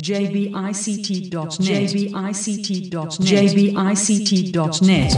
jbict.net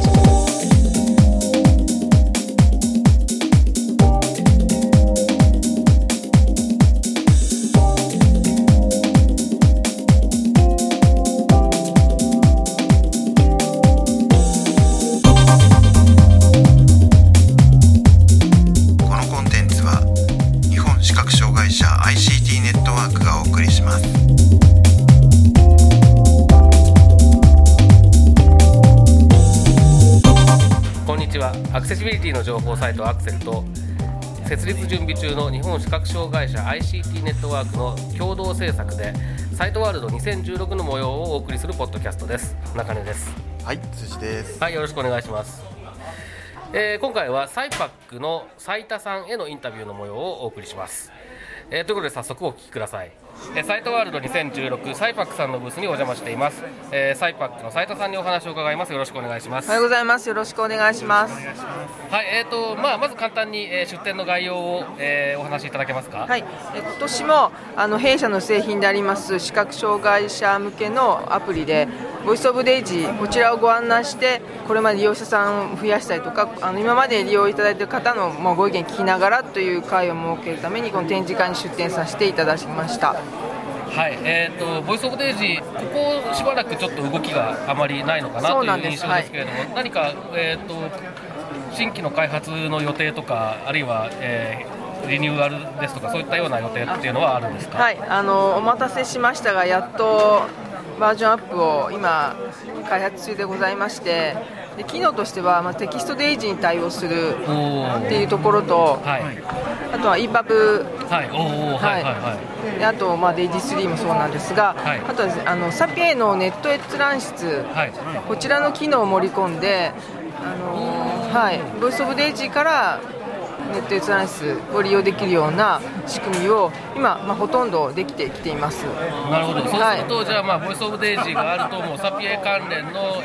アクセシビリティの情報サイトアクセルと設立準備中の日本視覚障害者 ICT ネットワークの共同制作でサイトワールド2016の模様をお送りするポッドキャストです。中根です。 はい、辻です。 はい、よろしくお願いします。今回はサイパックの斉田さんへのインタビューの模様をお送りします。ということで早速お聞きください。サイトワールド2016サイパックさんのブースにお邪魔しています。サイパックの斉田さんにお話を伺います。よろしくお願いします。 おはようございます。よろしくお願いします。 はい、まず簡単に、出展の概要を、お話しいただけますか。 はい、今年も弊社の製品であります視覚障害者向けのアプリでボイスオブデイジーこちらをご案内してこれまで利用者さんを増やしたりとか今まで利用いただいている方のご意見聞きながらという会を設けるためにこの展示会に出展させていただきました。 はい、ボイスオブデイジーここしばらくちょっと動きがあまりないのかなという印象ですけれども、はい、何か、新規の開発の予定とかあるいは、リニューアルですとかそういったような予定っていうのはあるんですか。 はい、お待たせしましたがやっとバージョンアップを今開発中でございましてで機能としては、テキストデイジーに対応するっていうところと、はい、あとは EPUB、あと、デイジー3もそうなんですが、はい、あとはサピエのネット閲覧室、はい、こちらの機能を盛り込んで、ボイスオブデイジーからネット閲覧室を利用できるような仕組みを今、ほとんどできてきています。 なるほど。そうすると、じゃあ、ボイスオブデイジーがあるともうサピエ関連の、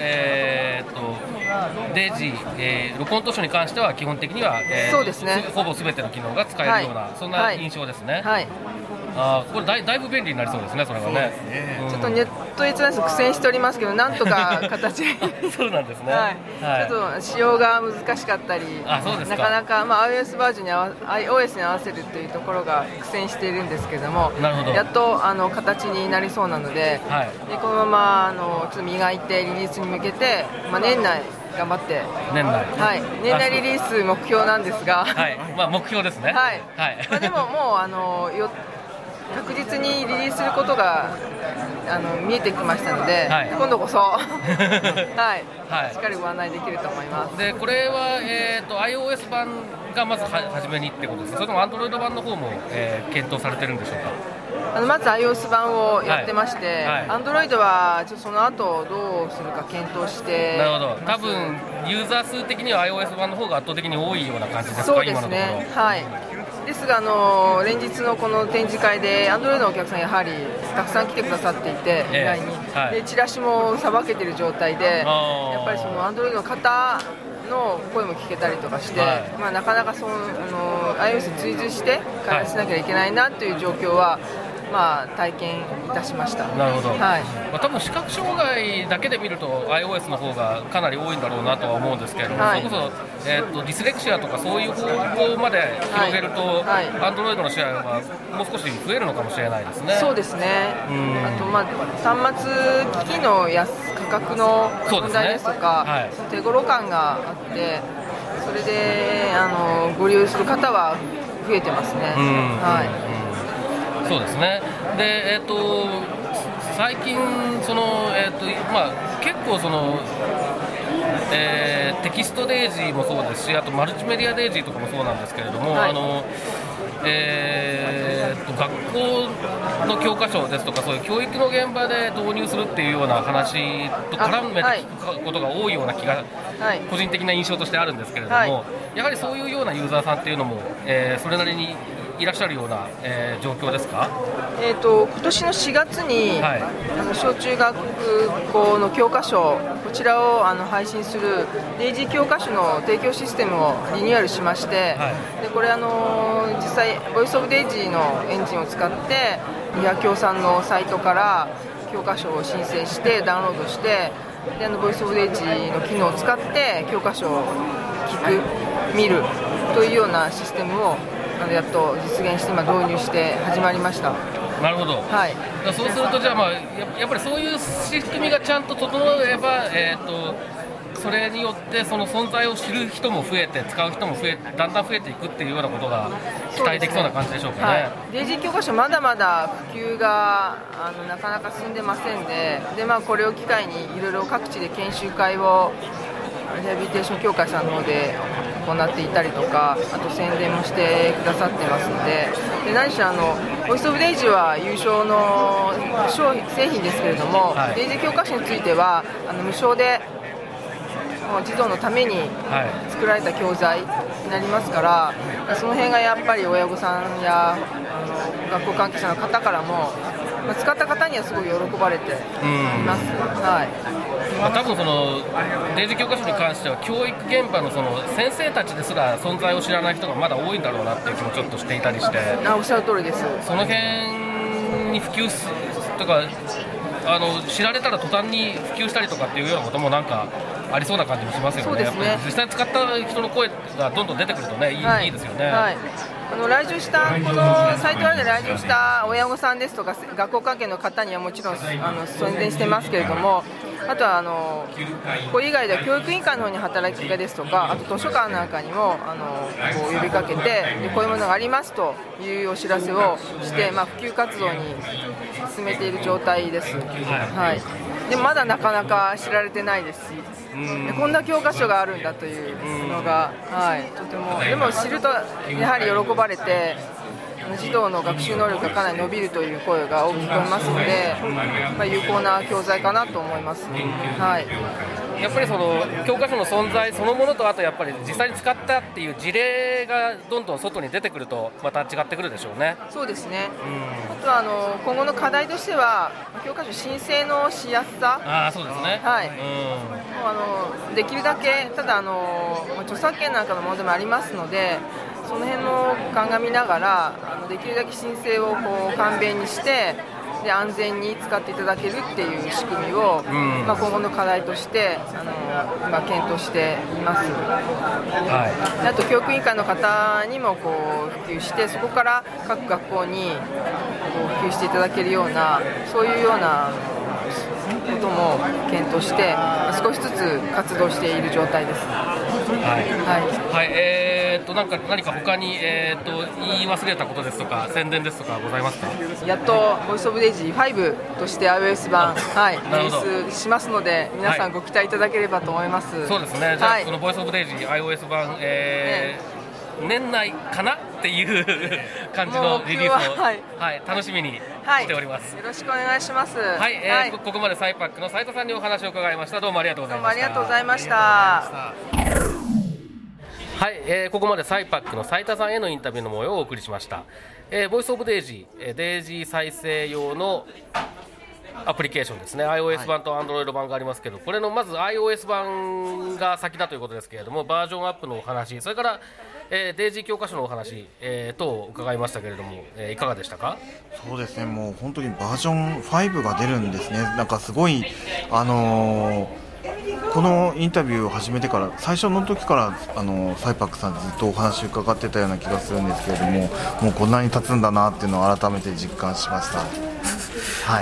デイジー、録音図書に関しては基本的には、 そうですね、 ほぼ全ての機能が使えるような、そんな印象ですね。はい、これだいぶ便利になりそうですね。それはね。 ちょっとネット閲覧室苦戦しておりますけどなんとか形そうなんですね。 はい、ちょっと仕様が難しかったりなかなか、iOS バージョンにiOS に合わせるというところが苦戦しているんですけども、やっと形になりそうなので、でこのままちょっと磨いてリリースに向けて、年内頑張って年内リリース目標なんですが、 目標ですね。 でももう確実にリリースすることが見えてきましたので、今度こそしっかりご案内できると思います。 でこれは、iOS 版がまず初めにってことですか。それとも Android 版の方も、検討されてるんでしょうか。 まず iOS 版をやってまして、Android はちょっとその後どうするか検討してなるほど。多分ユーザー数的には iOS 版の方が圧倒的に多いような感じですか。 そうですね。ですが連日のこの展示会で Android のお客さんやはりたくさん来てくださっていて、意外に、でチラシもさばけている状態でやっぱりその Android の方の声も聞けたりとかして、なかなかiOS に追随して開発しなきゃいけないなという状況は体験いたしました。 なるほど。多分視覚障害だけで見ると iOS の方がかなり多いんだろうなとは思うんですけれども、それこそ、ディスレクシアとかそういう方向まで広げると、Android のシェアはもう少し増えるのかもしれないですね。 そうですね。あと端末機器の価格の問題ですとか、手頃感があってそれでご利用する方は増えてますね。 そうですね。で、最近結構テキストデイジーもそうですし、あとマルチメディアデイジーとかもそうなんですけれども、学校の教科書ですとかそういう教育の現場で導入するっていうような話と絡めて聞くことが多いような気が、個人的な印象としてあるんですけれども、やはりそういうようなユーザーさんっていうのも、それなりにいらっしゃるような、状況ですか。 今年の4月に、小中学校の教科書こちらを配信するデイジー教科書の提供システムをリニューアルしまして、でこれ実際ボイスオブデイジーのエンジンを使ってリハ協賛のサイトから教科書を申請してダウンロードして、でボイスオブデイジの機能を使って教科書を聞く、見るというようなシステムをやっと実現して、今導入して始まりました。 なるほど、 はい、 そうするとじゃあ、やっぱりそういう仕組みがちゃんと整えば、それによってその存在を知る人も増えて使う人もだんだん増えていくっていうようなことが期待できそうな感じでしょうかね。 デイジー教科書まだまだ普及がなかなか進んでませんで、これを機会にいろいろ各地で研修会をリハビリテーション協会さんの方で行っていたりとか、あと宣伝もしてくださってますので、何しろボイスオブデイジーは優勝の製品ですけれども、デイジー教科書については無償で児童のために作られた教材になりますから、その辺がやっぱり親御さんや学校関係者の方からも、使った方にはすごい喜ばれています。 多分そのデイジー教科書に関しては教育現場のその先生たちですら存在を知らない人がまだ多いんだろうなっていう気もちょっとしていたりして、 おっしゃる通りです。 その辺に普及とか知られたら途端に普及したりとかっていうようなこともなんかありそうな感じもしますよね。 そうですね。 実際に使った人の声がどんどん出てくるとね、いいですよね。 来場したこのサイトで来場した親御さんですとか学校関係の方にはもちろん宣伝してますけれども、あとはこれ以外では教育委員会の方に働きかけですとか、あと図書館なんかにもこう呼びかけて、でこういうものがありますというお知らせをして、普及活動に進めている状態です。でもまだなかなか知られてないですし、こんな教科書があるんだというのが、とてもでも知るとやはり喜ばれて、児童の学習能力がかなり伸びるという声が多く聞こえますので、有効な教材かなと思います。 やっぱりその教科書の存在そのものと、あとやっぱり実際に使ったっていう事例がどんどん外に出てくるとまた違ってくるでしょうね。 そうですね。あとは今後の課題としては教科書申請のしやすさ。 そうですね。 できるだけただ著作権なんかのものでもありますので、その辺も鑑みながらできるだけ申請を簡便にしてで安全に使っていただけるっていう仕組みを、今後の課題として今検討しています。あと教育委員会の方にも普及して、そこから各学校に普及していただけるような、そういうようなことも検討して少しずつ活動している状態です。 何か他に、言い忘れたことですとか宣伝ですとかございますか？ やっとボイスオブデイジー5として iOS 版、リリースしますので、皆さんご期待いただければと思います。 そうですね。じゃあ、そのボイスオブデイジー iOS 版、年内かなっていう感じのリリースを、楽しみにしております。 よろしくお願いします。 ここまでサイパックの斉田さんにお話を伺いました。どうもありがとうございました。 どうもありがとうございました。 ここまでサイパックの斉田さんへのインタビューの模様をお送りしました。ボイスオブデイジー、デイジー再生用のアプリケーションですね。 iOS 版と Android 版がありますけど、これのまず iOS 版が先だということですけれども、バージョンアップのお話、それからデイジー教科書のお話、等伺いましたけれども、いかがでしたか？ そうですね、もう本当にバージョン5が出るんですね。なんかすごいこのインタビューを始めてから最初の時からサイパックさんずっとお話伺ってたような気がするんですけれども、もうこんなに経つんだなっていうのを改めて実感しました。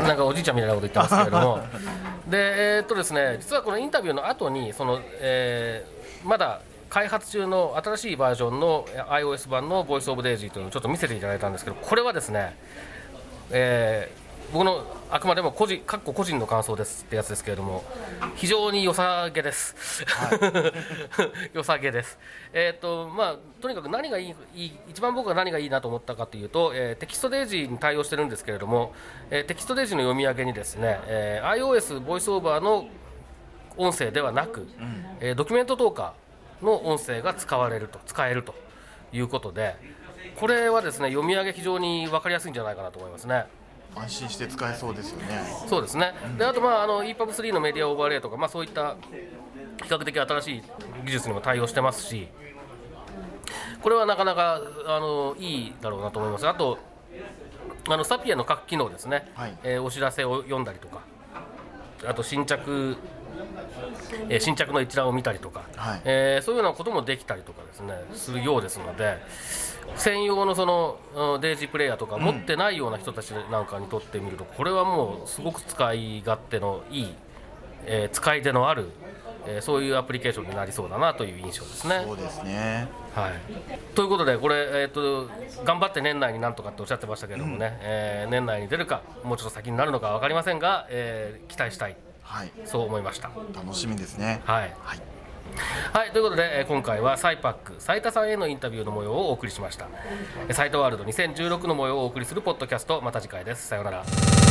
なんかおじいちゃんみたいなこと言ってますけれどもで、ですね、実はこのインタビューの後にまだ開発中の新しいバージョンの iOS 版のボイスオブデイジーというのをちょっと見せていただいたんですけど、これはですね、僕のあくまでも個人の感想ですってやつですけれども、非常に良さげです、良さげです。とにかく何がいい、一番僕が何がいいなと思ったかというと、テキストデイジーに対応してるんですけれども、テキストデイジーの読み上げにですね、iOS ボイスオーバーの音声ではなく、ドキュメントトーカーの音声が使えるということで、これはですね、読み上げ非常に分かりやすいんじゃないかなと思いますね。 安心して使えそうですよね。 そうですね。で、あとEPUB3 のメディアオーバーレイとか、そういった比較的新しい技術にも対応してますし、これはなかなかいいだろうなと思います。あとサピエンの各機能ですね、 はい、 お知らせを読んだりとか、あと新着の一覧を見たりとか、 はい、 そういうようなこともできたりとかですねするようですので、専用のそのデイジープレイヤーとか持ってないような人たちなんかにとってみると、これはもうすごく使い勝手のいい、使い手のある、そういうアプリケーションになりそうだなという印象ですね。 そうですね、 はい、ということでこれ、頑張って年内になんとかっておっしゃってましたけれどもね、年内に出るかもうちょっと先になるのか分かりませんが、期待したい、 はい、 そう思いました。 楽しみですね。 はい、はいはい、ということで、今回はサイパック斉田さんへのインタビューの模様をお送りしました。サイトワールド2016の模様をお送りするポッドキャスト、また次回です。さようなら。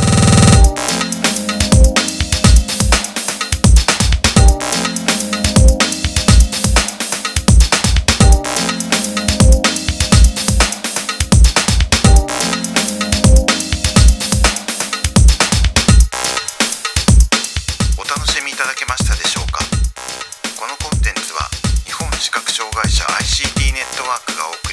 お楽しみいただけましたでしょうか。このコンテンツは日本視覚障害者 ICT ネットワークがお送り